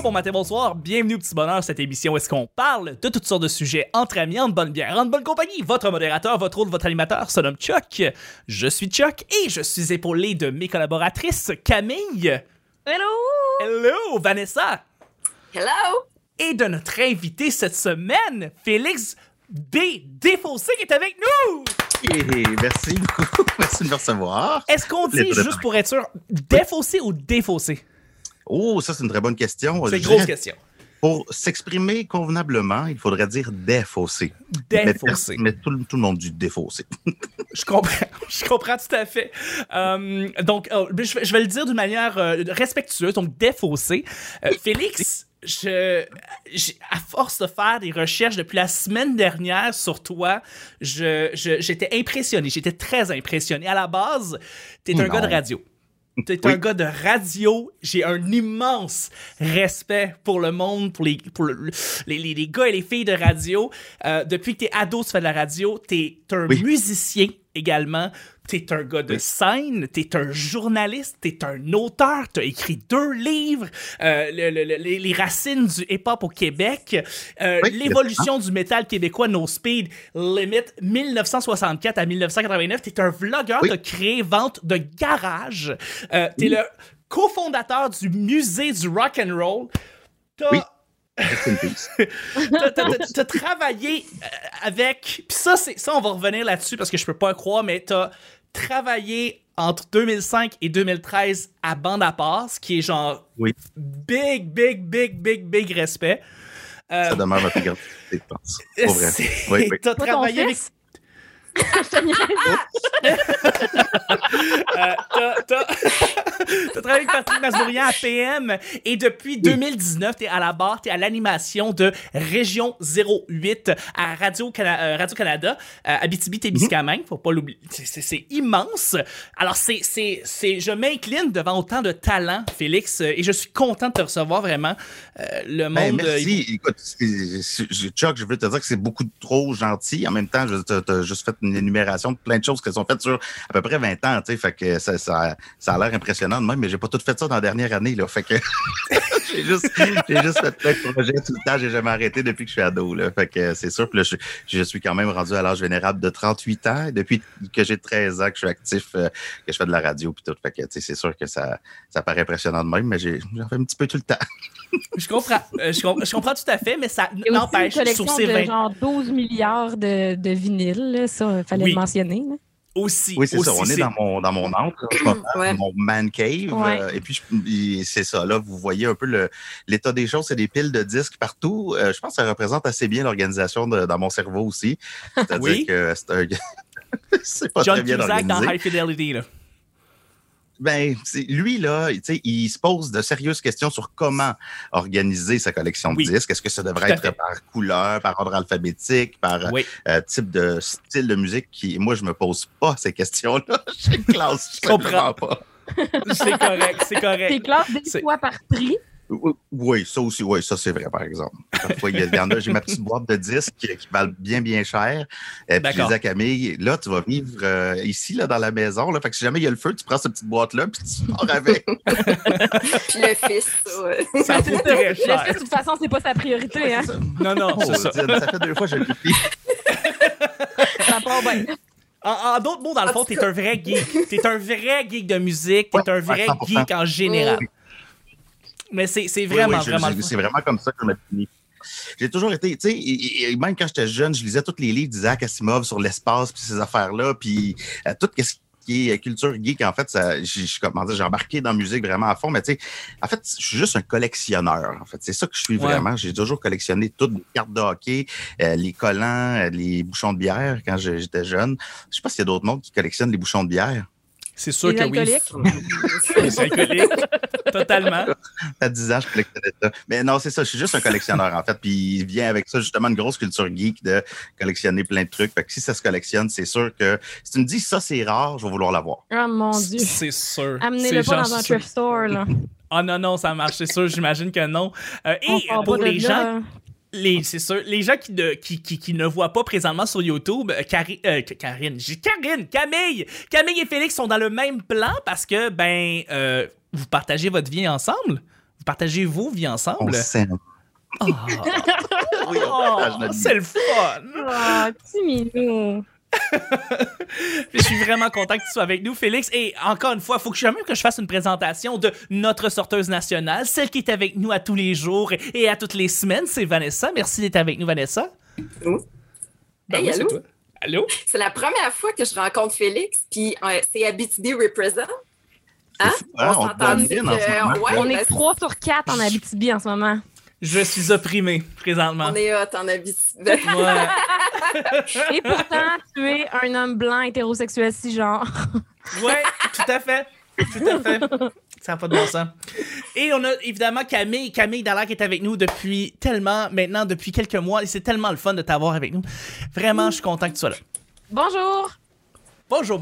Bonjour, bon matin, bonsoir, bienvenue au Petit Bonheur, cette émission où est-ce qu'on parle de toutes sortes de sujets entre amis, en bonne bière, en bonne compagnie. Votre modérateur, votre hôte, votre animateur se nomme Chuck. Je suis Chuck et je suis épaulé de mes collaboratrices Camille. Hello! Hello, Vanessa. Hello! Et de notre invité cette semaine, Félix B. Desfossés qui est avec nous. Hey, merci beaucoup. Merci de me recevoir. Est-ce qu'on dit, juste pour être sûr, Desfossés ou Défaussé? Oh, ça, c'est une très bonne question. C'est une grosse question. Pour s'exprimer convenablement, il faudrait dire défaussé. Défaussé. Mais tout le monde dit défaussé. Je comprends tout à fait. Donc, je vais le dire d'une manière respectueuse, donc défaussé. Félix, à force de faire des recherches depuis la semaine dernière sur toi, j'étais impressionné, j'étais très impressionné. À la base, t'es un gars de radio. T'es un gars de radio. J'ai un immense respect pour le monde, pour les gars et les filles de radio. Depuis que t'es ado, tu fais de la radio. T'es un musicien également. T'es un gars de scène. T'es un journaliste. T'es un auteur. T'as écrit 2 livres. Les racines du hip-hop au Québec. L'évolution du métal québécois No Speed Limit 1964 à 1989. T'es un vlogueur. T'as créé Vente de garage. T'es le cofondateur du musée du rock and roll. T'as travaillé avec... Puis ça, on va revenir là-dessus parce que je peux pas croire, mais t'as travaillé entre 2005 et 2013 à Bande à part, ce qui est genre big respect. Ça demeure ma plus grande fierté, je pense. Pour vrai. Oui. T'as travaillé avec... T'as travaillé avec Patrick Masbourian à PM et depuis 2019, t'es à la barre, t'es à l'animation de Région 08 à Radio-Canada, Abitibi-Témiscamingue, faut pas l'oublier. C'est immense. Alors, je m'incline devant autant de talent, Félix, et je suis content de te recevoir vraiment. Le monde... merci. Écoute, Chuck, je veux te dire que c'est beaucoup trop gentil. En même temps, t'as juste fait une énumération de plein de choses qui sont faites sur à peu près 20 ans, tu sais, fait que ça a l'air impressionnant de même, mais j'ai pas tout fait ça dans la dernière année, là, fait que j'ai juste fait plein de projets tout le temps, j'ai jamais arrêté depuis que je suis ado, là, fait que c'est sûr que là, je suis quand même rendu à l'âge vénérable de 38 ans, et depuis que j'ai 13 ans que je suis actif, que je fais de la radio puis tout, fait que, tu sais, c'est sûr que ça paraît impressionnant de même, mais j'en fais un petit peu tout le temps. Je comprends tout à fait, mais ça n'empêche sur ces 20... genre 12 milliards de vinyles, là, ça, fallait le mentionner. Là. Aussi. Oui, c'est ça. On est dans mon antre, mon man cave. Et puis, c'est ça. Là, vous voyez un peu l'état des choses. C'est des piles de disques partout. Je pense que ça représente assez bien l'organisation dans mon cerveau aussi. C'est-à-dire que c'est pas très bien organisé. John Cusack dans High Fidelity, là. Ben, lui, là, il se pose de sérieuses questions sur comment organiser sa collection de disques. Est-ce que ça devrait être par couleur, par ordre alphabétique, par type de style de musique moi, je me pose pas ces questions-là. Je classe, je comprends pas. C'est correct. T'es classe des fois par prix. Oui, ça aussi, oui, ça c'est vrai, par exemple. Parfois, il y en a, j'ai ma petite boîte de disques qui valent bien cher. Puis je dis à Camille, là, tu vas vivre ici, là, dans la maison. Là, fait que si jamais il y a le feu, tu prends cette petite boîte-là, puis tu pars avec. Puis le fils, ça coûte très cher. Le fils, de toute façon, c'est pas sa priorité. Hein? Non, c'est ça. Ça fait 2 fois que je le plie. Ça part bien. En d'autres mots, dans le fond, t'es un vrai geek. T'es un vrai geek de musique. T'es un vrai geek en général. Mais c'est vraiment, vraiment... C'est vraiment comme ça que je me finis. J'ai toujours été, tu sais, et même quand j'étais jeune, je lisais tous les livres d'Isaac Asimov sur l'espace puis ces affaires-là, puis tout ce qui est culture geek, en fait, j'ai embarqué dans la musique vraiment à fond, mais tu sais, en fait, je suis juste un collectionneur, en fait. C'est ça que je suis vraiment. J'ai toujours collectionné toutes les cartes de hockey, les collants, les bouchons de bière quand j'étais jeune. Je sais pas s'il y a d'autres mondes qui collectionnent les bouchons de bière. C'est sûr que oui. Les alcooliques, totalement. Ça 10 ans, je collectionnais ça. Mais non, c'est ça, je suis juste un collectionneur, en fait. Puis il vient avec ça, justement, une grosse culture geek de collectionner plein de trucs. Fait que si ça se collectionne, c'est sûr que si tu me dis ça, c'est rare, je vais vouloir l'avoir. Oh mon Dieu. C'est sûr. Amenez-le pas dans un thrift store, là. Ah non, ça marche, c'est sûr, j'imagine que non. Et pour les gens... c'est sûr, les gens qui ne voient pas présentement sur YouTube, Camille et Félix sont dans le même plan parce que, vous partagez votre vie ensemble. Vous partagez vos vies On ensemble? s'aime. Oh, Oui, on partage notre vie. c'est le fun! Oh, petit minou. Je suis vraiment content que tu sois avec nous, Félix. Et encore une fois, il faut que jamais que je fasse une présentation de notre sorteuse nationale, celle qui est avec nous à tous les jours et à toutes les semaines. C'est Vanessa. Merci d'être avec nous, Vanessa. Oh. Ben Hey, oui, c'est allô? toi. Allô? C'est la première fois que je rencontre Félix, puis c'est Abitibi Represent. Hein? Hein, on te s'entend donne bien en ce moment. ouais, On ben, est 3 sur 4 en Abitibi en ce moment. Je suis opprimé présentement. on est hot en Abitibi. Ouais. Et pourtant, tu es un homme blanc hétérosexuel cisgenre. Ouais, tout à fait. Tout à fait. Ça n'a pas de bon sens. Et on a évidemment Camille Dallaire qui est avec nous depuis quelques mois. Et c'est tellement le fun de t'avoir avec nous. Vraiment, je suis content que tu sois là. Bonjour! Bonjour.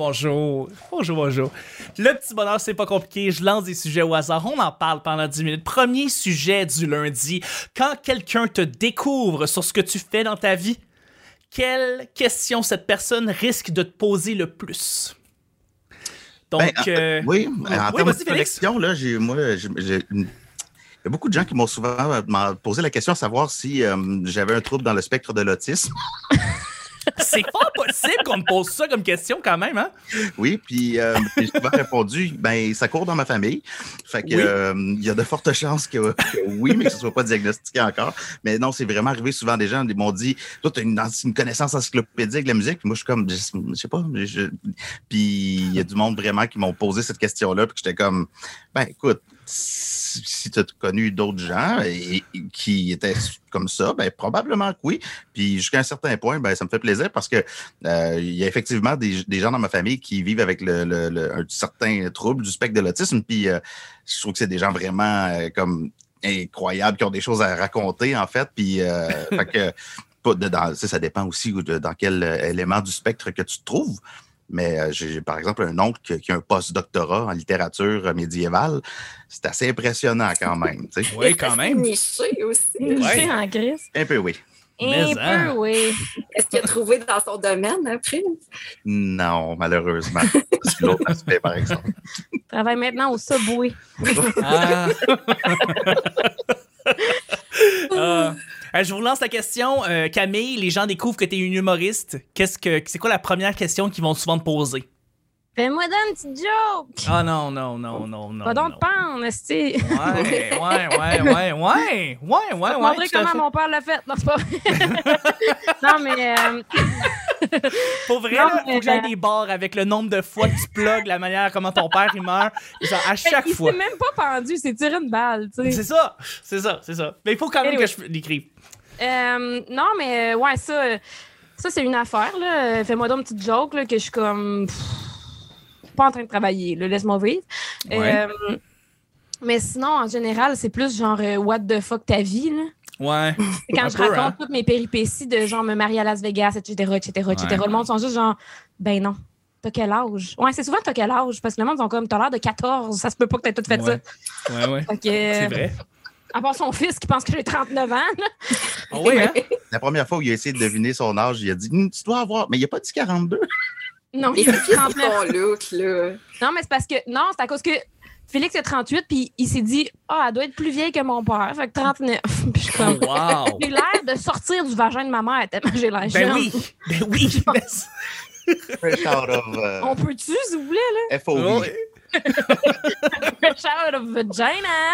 Le petit bonheur, c'est pas compliqué. Je lance des sujets au hasard. On en parle pendant 10 minutes. Premier sujet du lundi. Quand quelqu'un te découvre sur ce que tu fais dans ta vie, quelle question cette personne risque de te poser le plus? Donc, oui, en termes vas-y, de Félix. collection, là, il y a beaucoup de gens qui m'ont souvent posé la question à savoir si j'avais un trouble dans le spectre de l'autisme. C'est pas possible qu'on me pose ça comme question quand même, hein? Oui, puis j'ai souvent répondu, ben ça court dans ma famille. Fait que il y a de fortes chances que oui, mais que ce soit pas diagnostiqué encore. Mais non, c'est vraiment arrivé souvent des gens, ils m'ont dit, toi, tu as une connaissance encyclopédique de la musique. Puis moi, je suis comme, je sais pas. Puis il y a du monde vraiment qui m'ont posé cette question-là, puis que j'étais comme, ben écoute, si tu as connu d'autres gens qui étaient comme ça, ben probablement que oui. Puis jusqu'à un certain point, ben ça me fait plaisir parce que il y a effectivement des gens dans ma famille qui vivent avec un certain trouble du spectre de l'autisme. Puis je trouve que c'est des gens vraiment comme incroyables qui ont des choses à raconter en fait. Puis fait que ça dépend aussi dans quel élément du spectre que tu te trouves. Mais j'ai par exemple un oncle qui a un post-doctorat en littérature médiévale. C'est assez impressionnant quand même. Tu sais. Oui, quand même. Niché aussi. Niché en crise. Un peu oui. Mais, Un peu, oui. Est-ce qu'il a trouvé dans son domaine après? Non, malheureusement. C'est l'autre aspect, par exemple. Travaille maintenant au Subway. Ah. Je vous lance la question. Camille, les gens découvrent que tu es une humoriste. C'est quoi la première question qu'ils vont souvent te poser? Fais-moi donc une petite joke! Ah non. Pas donc de pendre, esti. Ouais. Montrer tout à comment fait. mon père l'a fait. Non, c'est pas vrai. Non, mais... Pour vrai, Non, là, mais- faut que j'aille des bars avec le nombre de fois que tu plugues la manière comment ton père il meurt. Genre, à chaque il fois. s'est même pas pendu, il s'est tiré une balle, tu sais. C'est ça. Mais il faut quand même Anyway. que je l'écrive. Non, mais ouais, ça c'est une affaire, là. Fais-moi donc une petite joke, là, que je suis comme... pas en train de travailler, là. Laisse-moi vivre. Ouais. Mais sinon, en général, c'est plus genre what the fuck ta vie, là. Ouais. C'est quand Un je peu, raconte hein. toutes mes péripéties de genre me marier à Las Vegas, etc. Le monde sont juste genre, ben non. T'as quel âge? Ouais, c'est souvent t'as quel âge? Parce que le monde sont comme, t'as l'air de 14, ça se peut pas que t'aies tout fait Ouais. ça. Ouais. Fait que, C'est vrai. à part son fils qui pense que j'ai 39 ans, là. Ah oui, hein? La première fois où il a essayé de deviner son âge, il a dit tu dois avoir. Mais il n'a pas dit 42. Non, Et il a c'est qui 39. son look, là? Non, mais c'est parce que, non, c'est à cause que Félix a 38, puis il s'est dit, elle doit être plus vieille que mon père. Fait que 39. Puis je suis comme, Wow. j'ai l'air de sortir du vagin de ma mère tellement j'ai l'air jeune. Ben oui. Fresh out of On peut-tu, s'il vous plaît, là? FOV. Ouais. Fresh out of vagina!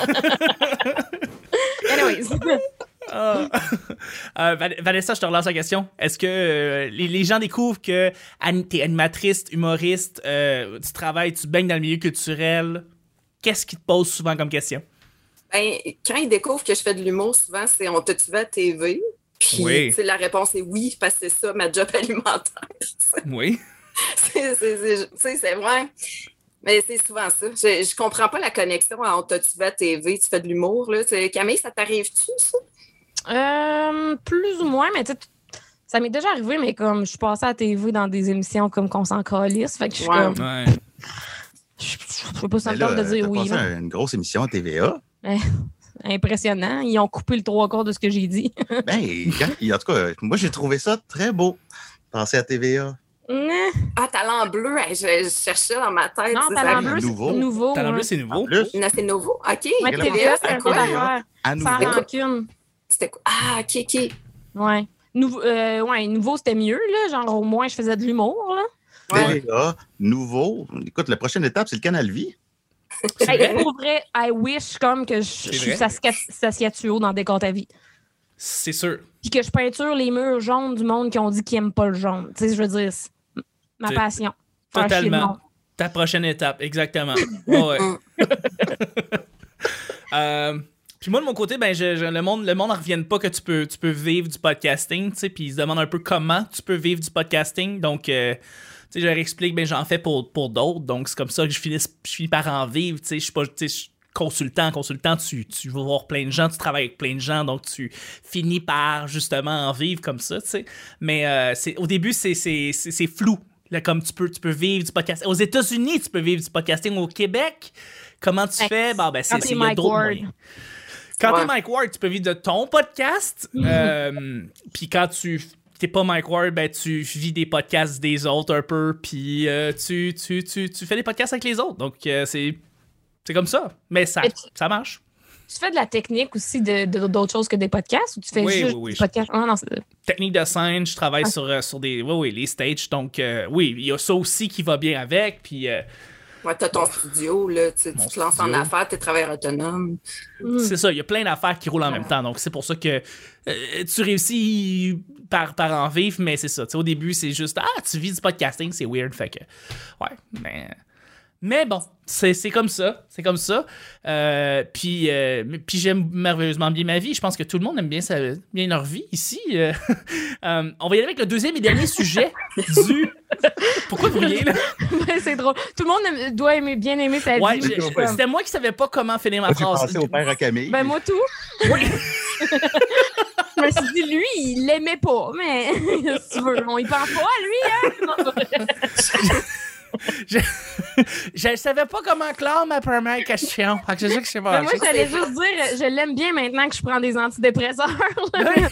Anyways. Vanessa, je te relance la question. Est-ce que les gens découvrent que t'es animatrice, humoriste, tu baignes dans le milieu culturel? Qu'est-ce qu'ils te posent souvent comme question? Ben, quand ils découvrent que je fais de l'humour, souvent, c'est on t'a-tu vu à TV? Puis, Oui. tu sais, la réponse est oui, parce que c'est ça, ma job alimentaire. Oui. C'est vrai. Mais c'est souvent ça. Je comprends pas la connexion entre t'as-tu vu à TV, tu fais de l'humour, là. Camille, ça t'arrive-tu, ça? Plus ou moins, mais tu sais, ça m'est déjà arrivé, mais comme je suis passée à la TV dans des émissions comme qu'on s'en calisse, fait que je suis Ouais. comme, Ouais. je peux pas Mais s'entendre là, de dire t'as oui. passé là. une grosse émission à TVA. Impressionnant. Ils ont coupé le 3/4 de ce que j'ai dit. Ben, en tout cas, moi, j'ai trouvé ça très beau, passer à TVA. Nah. Ah, talent bleu, hey, je cherchais dans ma tête. Non, ça, talent ça- bleu, c'est nouveau. nouveau. Talent bleu, ouais. c'est nouveau. En plus, Non, c'est nouveau. OK. Ouais, Quelle TVA, affaire? c'est un Quoi, peu d'ailleurs? d'affaire. à Sans nouveau. rancune. C'était quoi? Ah, OK. Ouais. Nouveau, c'était mieux, là. Genre, au moins, je faisais de l'humour, là. Ouais. TVA, nouveau. Écoute, la prochaine étape, c'est le Canal Vie. C'est Hey, vrai? pour vrai, I wish comme que je suis vrai? Saskatchewan dans Décompte ta vie. C'est sûr. Puis que je peinture les murs jaunes du monde qui ont dit qu'ils aiment pas le jaune. Tu sais, je veux dire, c'est ma C'est- passion. Faire chier le Totalement. monde. Ta prochaine étape, exactement. Ouais. Puis moi, de mon côté, ben, le monde ne revienne pas que tu peux vivre du podcasting, tu sais, puis ils se demandent un peu comment tu peux vivre du podcasting. Donc, tu sais, je leur explique, ben, j'en fais pour d'autres. Donc, c'est comme ça que je finis par en vivre, tu sais, je suis pas, tu sais, je suis consultant, tu vas voir plein de gens, tu travailles avec plein de gens, donc tu finis par, justement, en vivre comme ça, tu sais. Mais au début, c'est flou. Là, comme tu peux vivre du podcasting. Aux États-Unis, tu peux vivre du podcasting. Au Québec, comment tu fais? Ben, Quand il t'es y a Mike d'autres Ward. moyens. Quand Ouais. t'es Mike Ward, tu peux vivre de ton podcast. Puis quand t'es pas Mike Ward, ben tu vis des podcasts des autres un peu. Puis tu fais des podcasts avec les autres. Donc c'est comme ça. Mais ça marche. Tu fais de la technique aussi d'autres choses que des podcasts ou tu fais Oui, juste oui. des podcasts? Ah, non, c'est... Technique de scène, je travaille sur des. Oui, les stages. Donc oui, il y a ça aussi qui va bien avec. Puis Ouais, t'as ton studio, là, tu Mon te lances en studio. affaires, t'es travailleur autonome. c'est ça, il y a plein d'affaires qui roulent en même temps. Donc, c'est pour ça que tu réussis par en vivre, mais c'est ça. Tu sais, au début, c'est juste, tu vis du podcasting, c'est weird. Fait que, ouais, mais bon, c'est comme ça. C'est comme ça. Puis j'aime merveilleusement bien ma vie. Je pense que tout le monde aime bien leur vie ici. On va y aller avec le deuxième et dernier sujet du... Pourquoi vous riez, là? Ben, c'est drôle. Tout le monde doit bien aimer sa Ouais, vie. mais comme- c'était moi qui savais pas comment finir ma Moi, j'ai phrase. pensé au père à Camille. Ben, moi, tout. Oui. Je me suis dit, lui, il l'aimait pas, mais si tu veux, on y pense pas à lui, hein? Je savais pas comment clore ma première question. Fait que c'est ça que je sais pas. Ben, moi, j'allais juste dire, je l'aime bien maintenant que je prends des antidépresseurs. là.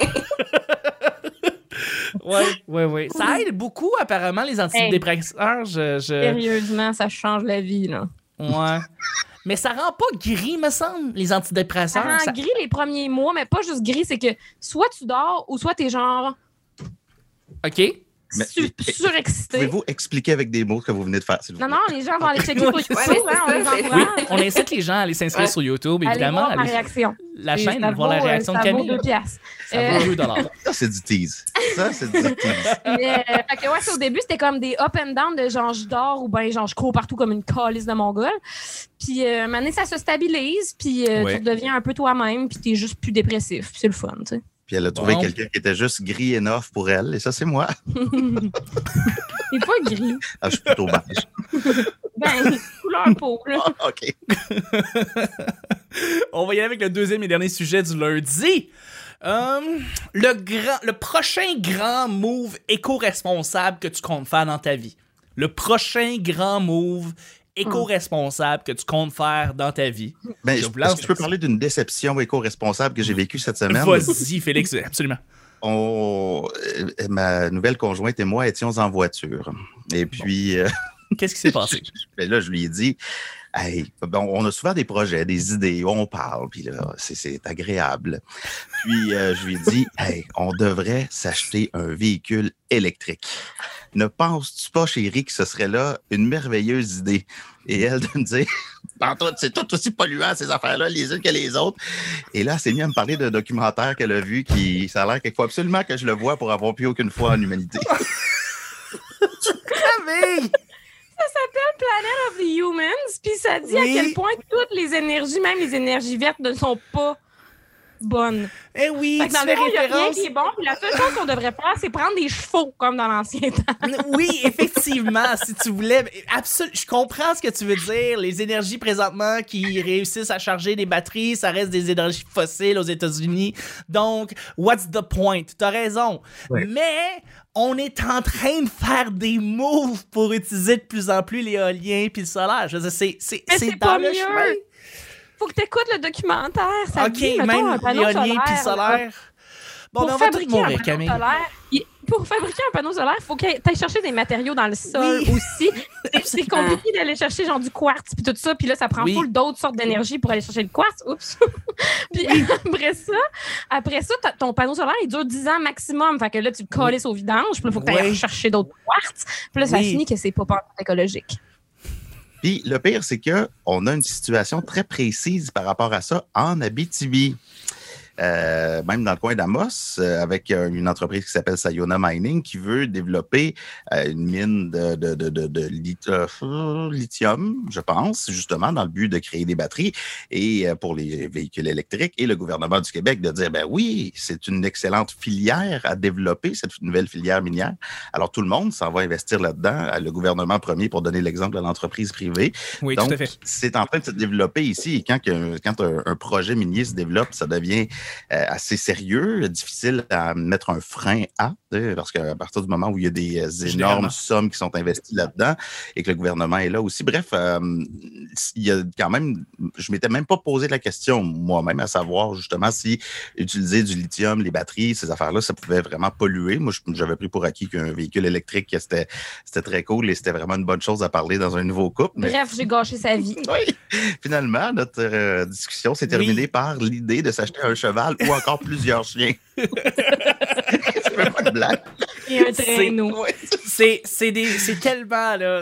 Oui. Ça aide beaucoup, apparemment, les antidépresseurs. Sérieusement, ça change la vie, là. Ouais. Mais ça rend pas gris, me semble, les Ça antidépresseurs. rend Ça- gris les premiers mois, mais pas juste gris, c'est que soit tu dors ou soit t'es genre OK. Mais- surexcité. Pouvez-vous expliquer avec des mots ce que vous venez de faire, s'il vous Non, plaît? non, les gens vont aller checker sur YouTube, Ouais, mais hein, on les c'est ça, Oui, encourage. on incite les gens à aller s'inscrire Ouais. sur YouTube, Allez évidemment. voir ma Allez- réaction. la Et chaîne, ça voir la vaut, réaction de ça Camille. vaut 2 piastres. Ça vaut 2 $. Ça, c'est du tease. Ça, c'est du tease. Mais, fait que ouais, au début, c'était comme des up and down de genre je dors ou ben genre je cours partout comme une calice de mongol. Puis un moment donné, ça se stabilise, puis Ouais. tu redeviens un peu toi-même, puis t'es juste plus dépressif. Puis c'est le fun, tu sais. Puis elle a trouvé Bon. quelqu'un qui était juste gris enough pour elle, et ça, c'est moi. C'est pas gris. Ah, je suis plutôt beige. Ben, couleur peau, là. Ah, OK. On va y aller avec le deuxième et dernier sujet du lundi. Le prochain grand move éco-responsable que tu comptes faire dans ta vie. Le prochain grand move éco-responsable que tu comptes faire dans ta vie. Ben, Je est-ce vous lance que je peux parler d'une déception éco-responsable que j'ai vécue cette semaine? Vas-y, Félix, absolument. Ma nouvelle conjointe et moi étions en voiture. Et puis, Qu'est-ce qui s'est passé? ben là, je lui ai dit, hey, bon, on a souvent des projets, des idées, on parle, puis là, c'est agréable. Puis, je lui ai dit, hey, on devrait s'acheter un véhicule électrique. Ne penses-tu pas, chérie, que ce serait là une merveilleuse idée? Et elle de me dire, c'est tout aussi polluant, ces affaires-là, les unes que les autres. Et là, elle s'est mise à me parler d'un documentaire qu'elle a vu qui, ça a l'air qu'il faut absolument que je le voie pour avoir plus aucune foi en humanité. Camille! Ça s'appelle Planet of the Humans, puis ça dit Oui. à quel point toutes les énergies, même les énergies vertes, ne sont pas bonnes. Eh oui, Fait que tu dans le fais fond, il n'y a rien référence. qui est bon, puis la seule chose qu'on devrait faire, c'est prendre des chevaux, comme dans l'ancien temps. Oui, effectivement, si tu voulais. Je comprends ce que tu veux dire. Les énergies présentement qui réussissent à charger des batteries, ça reste des énergies fossiles aux États-Unis. Donc, what's the point? T'as raison. Ouais. Mais on est en train de faire des moves pour utiliser de plus en plus l'éolien puis le solaire. Je veux dire, c'est c'est dans pas le mieux. chemin. Faut que tu écoutes le documentaire. Ça OK, dit, mettons, même un panneau l'éolien puis le solaire, là. solaire. Bon, on va tous mourir, Camille. Pour fabriquer un panneau solaire, il faut que tu ailles chercher des matériaux dans le sol aussi. C'est compliqué d'aller chercher genre du quartz puis tout ça. Puis là, ça prend full d'autres sortes d'énergie pour aller chercher le quartz. Oups! Puis après ça, ton panneau solaire, il dure 10 ans maximum. Fait que là, tu le colles au vidange. Puis là, il faut que tu ailles chercher d'autres quartz. Puis là, ça finit que c'est pas écologique. Puis le pire, c'est qu'on a une situation très précise par rapport à ça en Abitibi. Même dans le coin d'Amos, avec une entreprise qui s'appelle Sayona Mining qui veut développer une mine de lithium, je pense, justement, dans le but de créer des batteries et pour les véhicules électriques. Et le gouvernement du Québec de dire, ben oui, c'est une excellente filière à développer, cette nouvelle filière minière. Alors, tout le monde s'en va investir là-dedans. Le gouvernement premier, pour donner l'exemple de l'entreprise privée. Oui, donc, tout à fait. c'est en train de se développer ici. Et quand un projet minier se développe, ça devient assez sérieux, difficile à mettre un frein à, parce qu'à partir du moment où il y a des énormes sommes qui sont investies là-dedans et que le gouvernement est là aussi. Bref, il y a quand même, je m'étais même pas posé la question moi-même à savoir justement si utiliser du lithium, les batteries, ces affaires-là, ça pouvait vraiment polluer. Moi, j'avais pris pour acquis qu'un véhicule électrique, c'était très cool et c'était vraiment une bonne chose à parler dans un nouveau couple. Bref, j'ai gâché sa vie. Oui, finalement, notre discussion s'est terminée par l'idée de s'acheter un cheval ou encore plusieurs chiens. C'est même pas de blague. Et un traîneau. C'est tellement, là,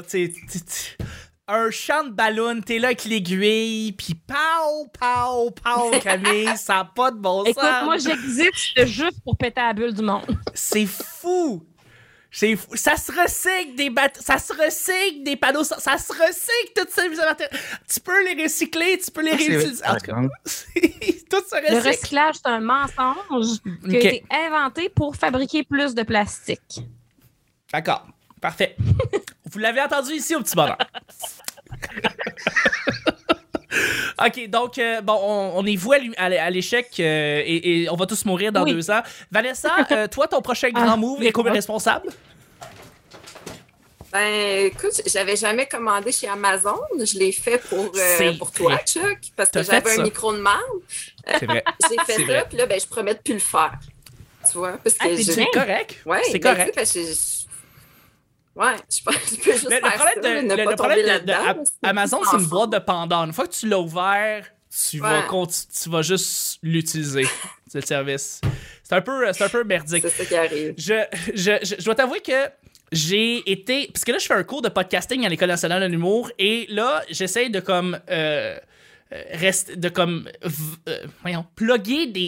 un champ de ballon, t'es là avec l'aiguille, puis pow, Camille, ça n'a pas de bon sens. Écoute, moi, j'existe juste pour péter la bulle du monde. C'est fou! Ça se recycle ça se recycle des panneaux, ça se recycle toutes ces matériaux. Tu peux les recycler, tu peux les réutiliser. En tout cas, tout se recycle. Le recyclage, c'est un mensonge qui a été inventé pour fabriquer plus de plastique. D'accord, parfait. Vous l'avez entendu ici au petit bonheur. OK, donc, on est voué à l'échec et on va tous mourir dans 2 ans. Vanessa, toi, ton prochain grand move, éco-responsable? Ben, écoute, j'avais jamais commandé chez Amazon. Je l'ai fait pour toi, Chuck, parce que j'avais un micro de marde. C'est vrai. J'ai fait ça, puis là, ben, je promets de plus le faire. Tu vois? Parce que c'est correct. Ouais, c'est correct. Parce que je peux juste faire le problème d'Amazon, c'est une boîte de Pandore. Une fois que tu l'as ouvert, tu vas juste l'utiliser, ce service. C'est un peu merdique. C'est ça qui arrive. Je dois t'avouer que j'ai été... Parce que là, je fais un cours de podcasting à l'École nationale de l'humour et là, j'essaie de comme... plugger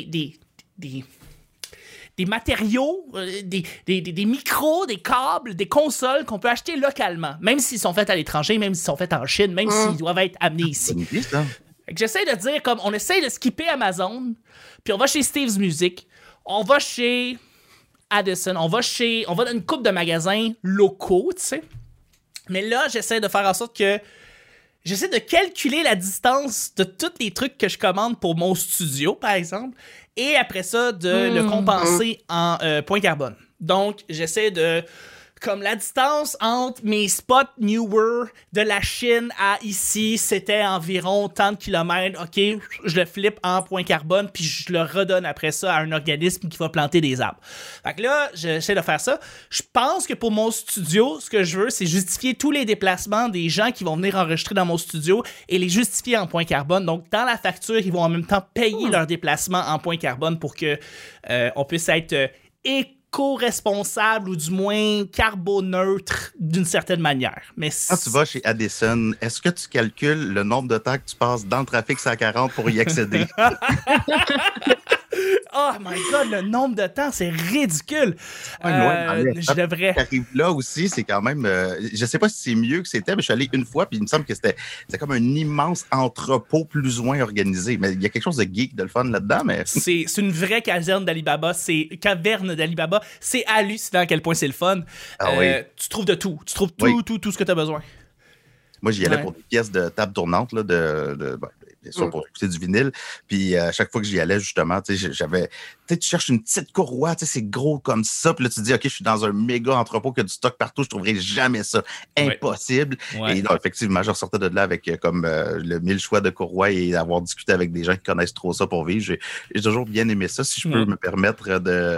des matériaux, des micros, des câbles, des consoles qu'on peut acheter localement, même s'ils sont faits à l'étranger, même s'ils sont faits en Chine, même s'ils doivent être amenés ici. J'essaie de dire, comme, on essaie de skipper Amazon, puis on va chez Steve's Music, on va chez Addison, on va dans une couple de magasins locaux, tu sais. Mais là, j'essaie de faire en sorte que j'essaie de calculer la distance de tous les trucs que je commande pour mon studio, par exemple, et après ça, de le compenser en point carbone. Donc, j'essaie de... Comme la distance entre mes spots newer de la Chine à ici, c'était environ tant de kilomètres. OK, je le flippe en point carbone, puis je le redonne après ça à un organisme qui va planter des arbres. Fait que là, j'essaie de faire ça. Je pense que pour mon studio, ce que je veux, c'est justifier tous les déplacements des gens qui vont venir enregistrer dans mon studio et les justifier en point carbone. Donc, dans la facture, ils vont en même temps payer leur déplacement en point carbone pour que on puisse être éco-responsable ou du moins carboneutre d'une certaine manière. Mais quand tu vas chez Addison, est-ce que tu calcules le nombre de temps que tu passes dans le trafic 140 pour y accéder? Oh my God, le nombre de temps, c'est ridicule. Je devrais... Ce qui arrive là aussi, c'est quand même... je sais pas si c'est mieux que c'était, mais je suis allé une fois, puis il me semble que c'était comme un immense entrepôt plus ou moins organisé. Mais il y a quelque chose de geek, de le fun là-dedans, mais... C'est une vraie caverne d'Alibaba. C'est hallucinant à quel point c'est le fun. Oui. Tu trouves de tout. Tu trouves tout ce que tu as besoin. Moi, j'y allais pour des pièces de table tournante, là, bien sûr, pour écouter du vinyle. Puis à chaque fois que j'y allais, justement, j'avais... Tu cherches une petite courroie, c'est gros comme ça. Puis là, tu te dis, OK, je suis dans un méga entrepôt qui a du stock partout, je trouverai jamais ça. Impossible. Ouais. Et donc, effectivement, je ressortais de là avec comme le 1000 choix de courroies et avoir discuté avec des gens qui connaissent trop ça pour vivre. J'ai toujours bien aimé ça. Si je peux me permettre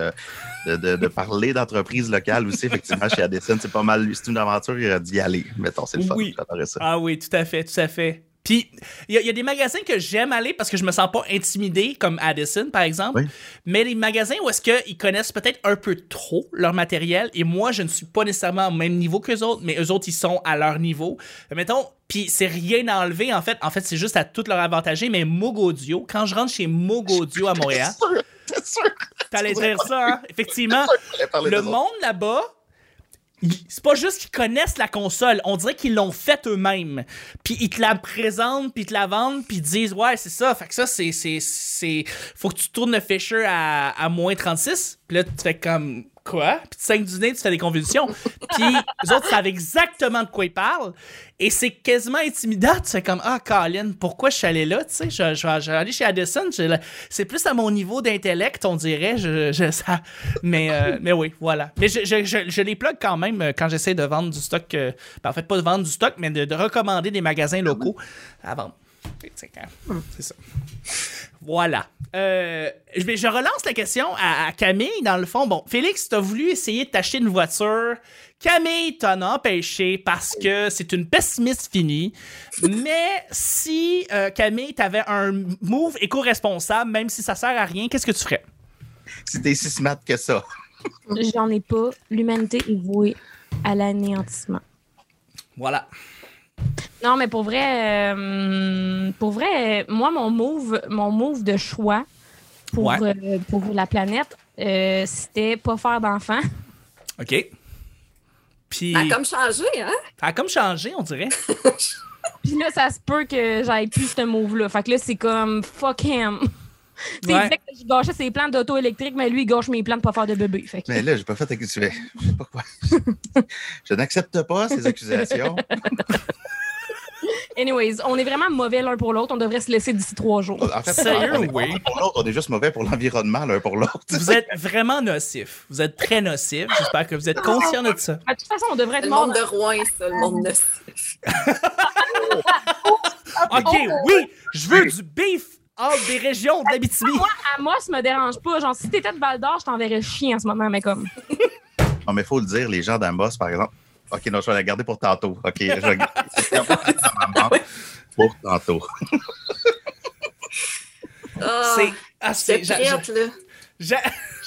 de parler d'entreprise locale aussi, effectivement, chez Addison, c'est pas mal, c'est une aventure d'y aller. Mettons, c'est le fun. J'adorais ça. Ah oui, tout à fait, tout à fait. Puis, il y a des magasins que j'aime aller parce que je me sens pas intimidé, comme Addison, par exemple. Oui. Mais les magasins où est-ce qu'ils connaissent peut-être un peu trop leur matériel et moi, je ne suis pas nécessairement au même niveau qu'eux autres, mais eux autres, ils sont à leur niveau. Mettons, puis c'est rien à enlever, en fait. En fait, c'est juste à tout leur avantager, mais Moog Audio, quand je rentre chez Moog Audio à Montréal... C'est sûr. T'allais dire ça, hein? Effectivement. Le monde là-bas... C'est pas juste qu'ils connaissent la console, on dirait qu'ils l'ont faite eux-mêmes. Puis ils te la présentent, puis ils te la vendent, puis ils disent ouais, c'est ça. Fait que ça, c'est... Faut que tu tournes le Fisher à moins 36. Puis là, tu fais comme quoi? Puis tu saignes du nez, tu fais des convulsions. Puis eux autres savent exactement de quoi ils parlent. Et c'est quasiment intimidant. Tu fais comme ah, Colin, pourquoi je suis allé là? Tu sais, je vais aller chez Addison. C'est plus à mon niveau d'intellect, on dirait. Ça... Mais oui, voilà. Mais je les plug quand même quand j'essaie de vendre du stock. En fait, pas de vendre du stock, mais de recommander des magasins locaux à vendre. C'est ça. Voilà. Je relance la question à Camille, dans le fond. Bon, Félix, t'as voulu essayer de t'acheter une voiture. Camille t'en a empêché parce que c'est une pessimiste finie. Mais si, Camille, t'avais un move éco-responsable, même si ça sert à rien, qu'est-ce que tu ferais? Si t'es si smart que ça. J'en ai pas. L'humanité est vouée à l'anéantissement. Voilà. Non, mais pour vrai, moi, mon move de choix pour la planète, c'était pas faire d'enfants. OK. Puis... Ça a comme changé, hein? Ça a comme changé, on dirait. Puis là, ça se peut que j'aille plus ce move-là. Fait que là, c'est comme fuck him. Il disait que je gâchais ses plans d'auto électrique, mais lui, il gâche mes plans de pas faire de bébé. Fait que... Mais là, j'ai pas fait je sais pas quoi. Je n'accepte pas ces accusations. Anyways, on est vraiment mauvais l'un pour l'autre. On devrait se laisser d'ici 3 jours. En fait, sérieux, oui. Pour l'autre, on est juste mauvais pour l'environnement l'un pour l'autre. Vous êtes vraiment nocif. Vous êtes très nocif. J'espère que vous êtes conscient de ça. De toute façon, on devrait être mort. Le monde de Rouen, ça, le monde nocif. OK, oui, je veux du beef hors des régions de l'Abitibi. Moi, ça me dérange pas. Genre, si t'étais de Val-d'Or, je t'enverrais chier en ce moment, mais comme... Non, mais il faut le dire, les gens d'Amos, par exemple... OK, non, je vais la garder pour tantôt. OK, je vais garder pour tantôt. C'est prête, là.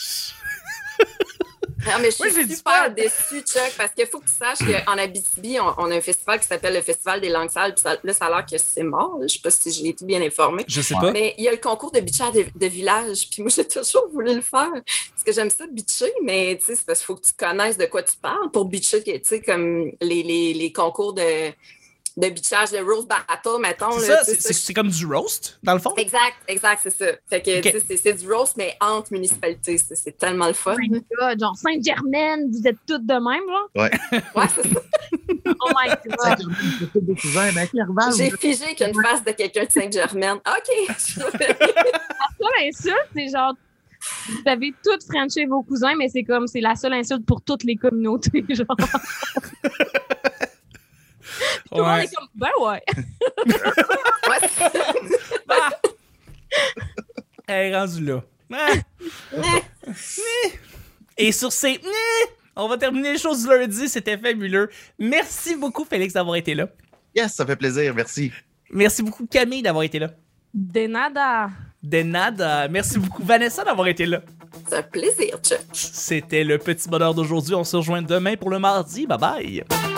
Non, mais je suis super déçue, Chuck, parce qu'il faut que tu saches qu'en Abitibi, on a un festival qui s'appelle le Festival des langues sales, puis là, ça a l'air que c'est mort. Je ne sais pas si j'ai été bien informée. Je sais pas. Mais il y a le concours de bitchage de village, puis moi, j'ai toujours voulu le faire, parce que j'aime ça, bitcher, mais tu sais, c'est parce qu'il faut que tu connaisses de quoi tu parles pour bitcher, tu sais, comme les concours de bitchage, de roast battle, mettons. C'est comme du roast, dans le fond? Exact, c'est ça. Fait que, tu sais, c'est du roast, mais entre municipalités. C'est tellement le fun. Oh my God, genre Sainte-Germaine, vous êtes toutes de même, là? Ouais. Ouais, c'est ça. Oh my God. J'ai figé qu'une face de quelqu'un de Sainte-Germaine. OK. La seule insulte, c'est genre, vous avez toutes frenché vos cousins, mais c'est la seule insulte pour toutes les communautés, genre. Tout le monde est comme, ben ouais. Elle est rendue là. Et sur ces... On va terminer les choses du lundi. C'était fabuleux. Merci beaucoup, Félix, d'avoir été là. Yes, ça fait plaisir. Merci. Merci beaucoup, Camille, d'avoir été là. De nada. De nada. Merci beaucoup, Vanessa, d'avoir été là. C'est un plaisir, Chuck. C'était le petit bonheur d'aujourd'hui. On se rejoint demain pour le mardi. Bye bye.